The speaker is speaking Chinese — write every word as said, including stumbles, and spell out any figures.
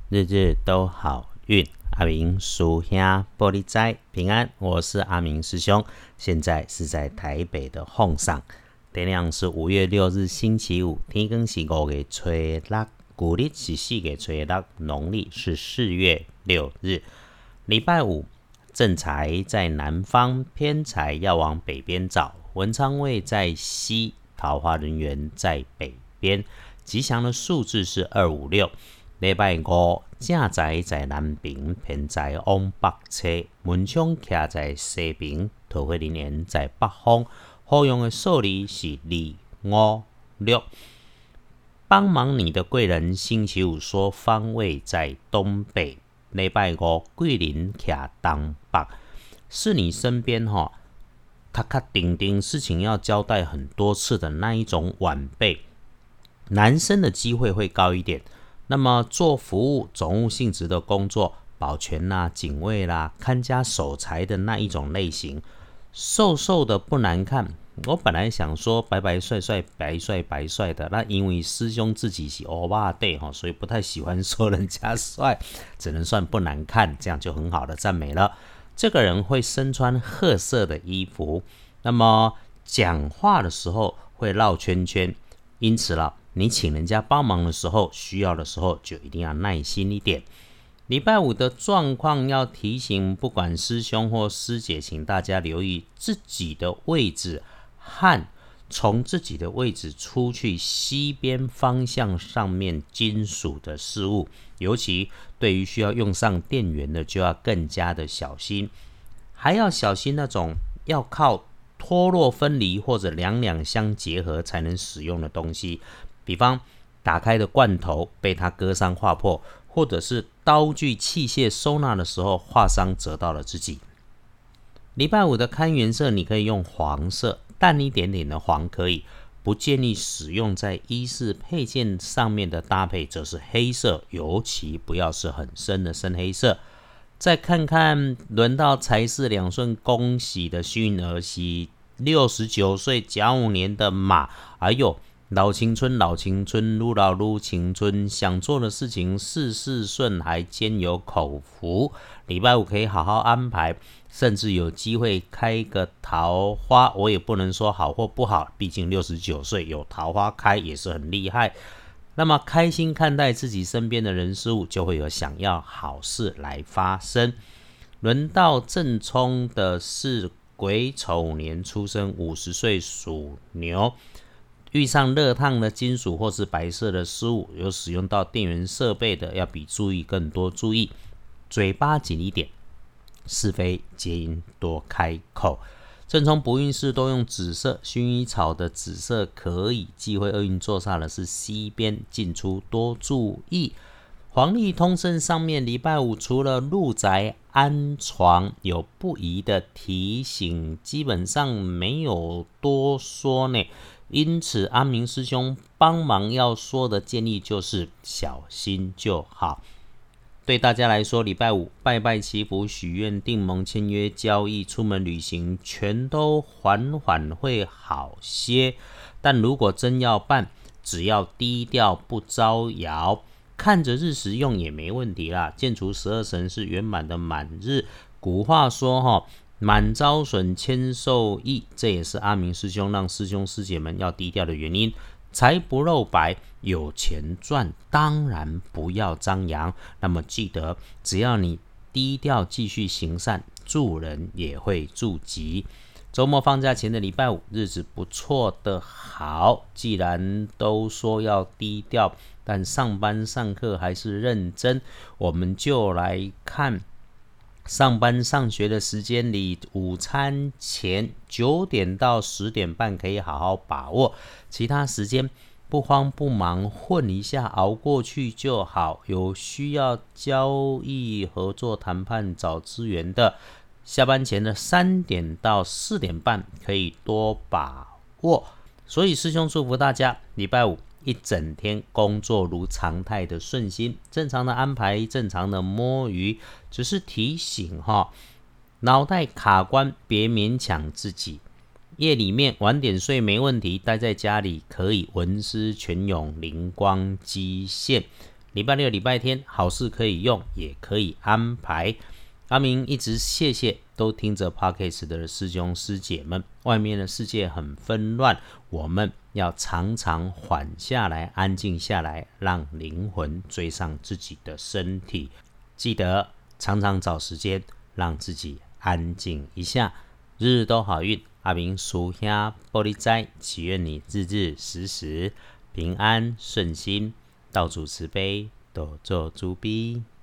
日日都好运。阿明属兄玻璃斋平安，我是阿明师兄。现在是在台北的凤山，天亮是五月六日星期五，天光是五月初六，古历是四月初六，农历是四月六日，礼拜五。正财在南方，偏财要往北边找。文昌位在西，桃花人缘在北边。吉祥的数字是二五六。礼拜五，正财在南边，偏财往北侧。门窗徛在西边，桃花人缘在北方。好用的数字是二五六。帮忙你的贵人，星期五说方位在东北。礼拜五，贵人徛东北，是你身边哈，咔咔顶顶事情要交代很多次的那一种晚辈，男生的机会会高一点。那么做服务、总务性质的工作，保全啦、警卫啦、看家守财的那一种类型，瘦瘦的不难看。我本来想说白白帅帅、白帅白帅的，那因为师兄自己是欧巴对哈，所以不太喜欢说人家帅，只能算不难看，这样就很好的赞美了。这个人会身穿褐色的衣服，那么讲话的时候会绕圈圈，因此了，你请人家帮忙的时候，需要的时候就一定要耐心一点。礼拜五的状况要提醒，不管师兄或师姐，请大家留意自己的位置和从自己的位置出去西边方向上面金属的事物，尤其对于需要用上电源的，就要更加的小心。还要小心那种要靠脱落分离或者两两相结合才能使用的东西，比方打开的罐头被它割伤划破，或者是刀具器械收纳的时候划伤折到了自己。礼拜五的看颜色，你可以用黄色，淡一点点的黄可以，不建议使用在衣饰配件上面的搭配则是黑色，尤其不要是很深的深黑色。再看看轮到财势两顺，恭喜的幸运儿是六十九岁甲午年的马。哎呦，老青春老青春，愈老愈青春，想做的事情事事顺，还兼有口福。礼拜五可以好好安排，甚至有机会开个桃花。我也不能说好或不好，毕竟六十九岁有桃花开也是很厉害。那么开心看待自己身边的人事物，就会有想要好事来发生。轮到正冲的是癸丑年出生，五十岁属牛。遇上热烫的金属或是白色的事物，有使用到电源设备的，要比注意更多注意。嘴巴紧一点，是非皆因多开口。正冲不运势都用紫色，薰衣草的紫色可以。忌讳厄运坐煞的是西边，进出多注意。黄历通胜上面，礼拜五除了入宅安床有不宜的提醒，基本上没有多说呢。因此阿明师兄帮忙要说的建议就是小心就好。对大家来说，礼拜五拜拜祈福、许愿、订盟、签约、交易、出门旅行，全都缓缓会好些。但如果真要办，只要低调不招摇，看着日时用也没问题啦。建除十二神是圆满的满日，古话说哈，满招损，谦受益，这也是阿明师兄让师兄师姐们要低调的原因。财不露白，有钱赚，当然不要张扬。那么记得，只要你低调继续行善，助人也会助己。周末放假前的礼拜五，日子不错的好。既然都说要低调，但上班上课还是认真，我们就来看上班上学的时间里，午餐前九点到十点半可以好好把握，其他时间不慌不忙，混一下熬过去就好。有需要交易、合作、谈判、找资源的，下班前的三点到四点半可以多把握。所以师兄祝福大家，礼拜五一整天工作如常态的顺心，正常的安排，正常的摸鱼，只是提醒哈，脑袋卡关别勉强自己。夜里面晚点睡没问题，待在家里可以文思泉涌，灵光激现。 礼拜六、礼拜天好事可以用，也可以安排。阿明一直谢谢都听着 Podcast 的师兄师姐们，外面的世界很纷乱，我们要常常缓下来，安静下来，让灵魂追上自己的身体。记得常常找时间让自己安静一下，日日都好运。阿明属兄玻璃斋，祈愿你日日时时平安顺心，道主慈悲，多做诸逼。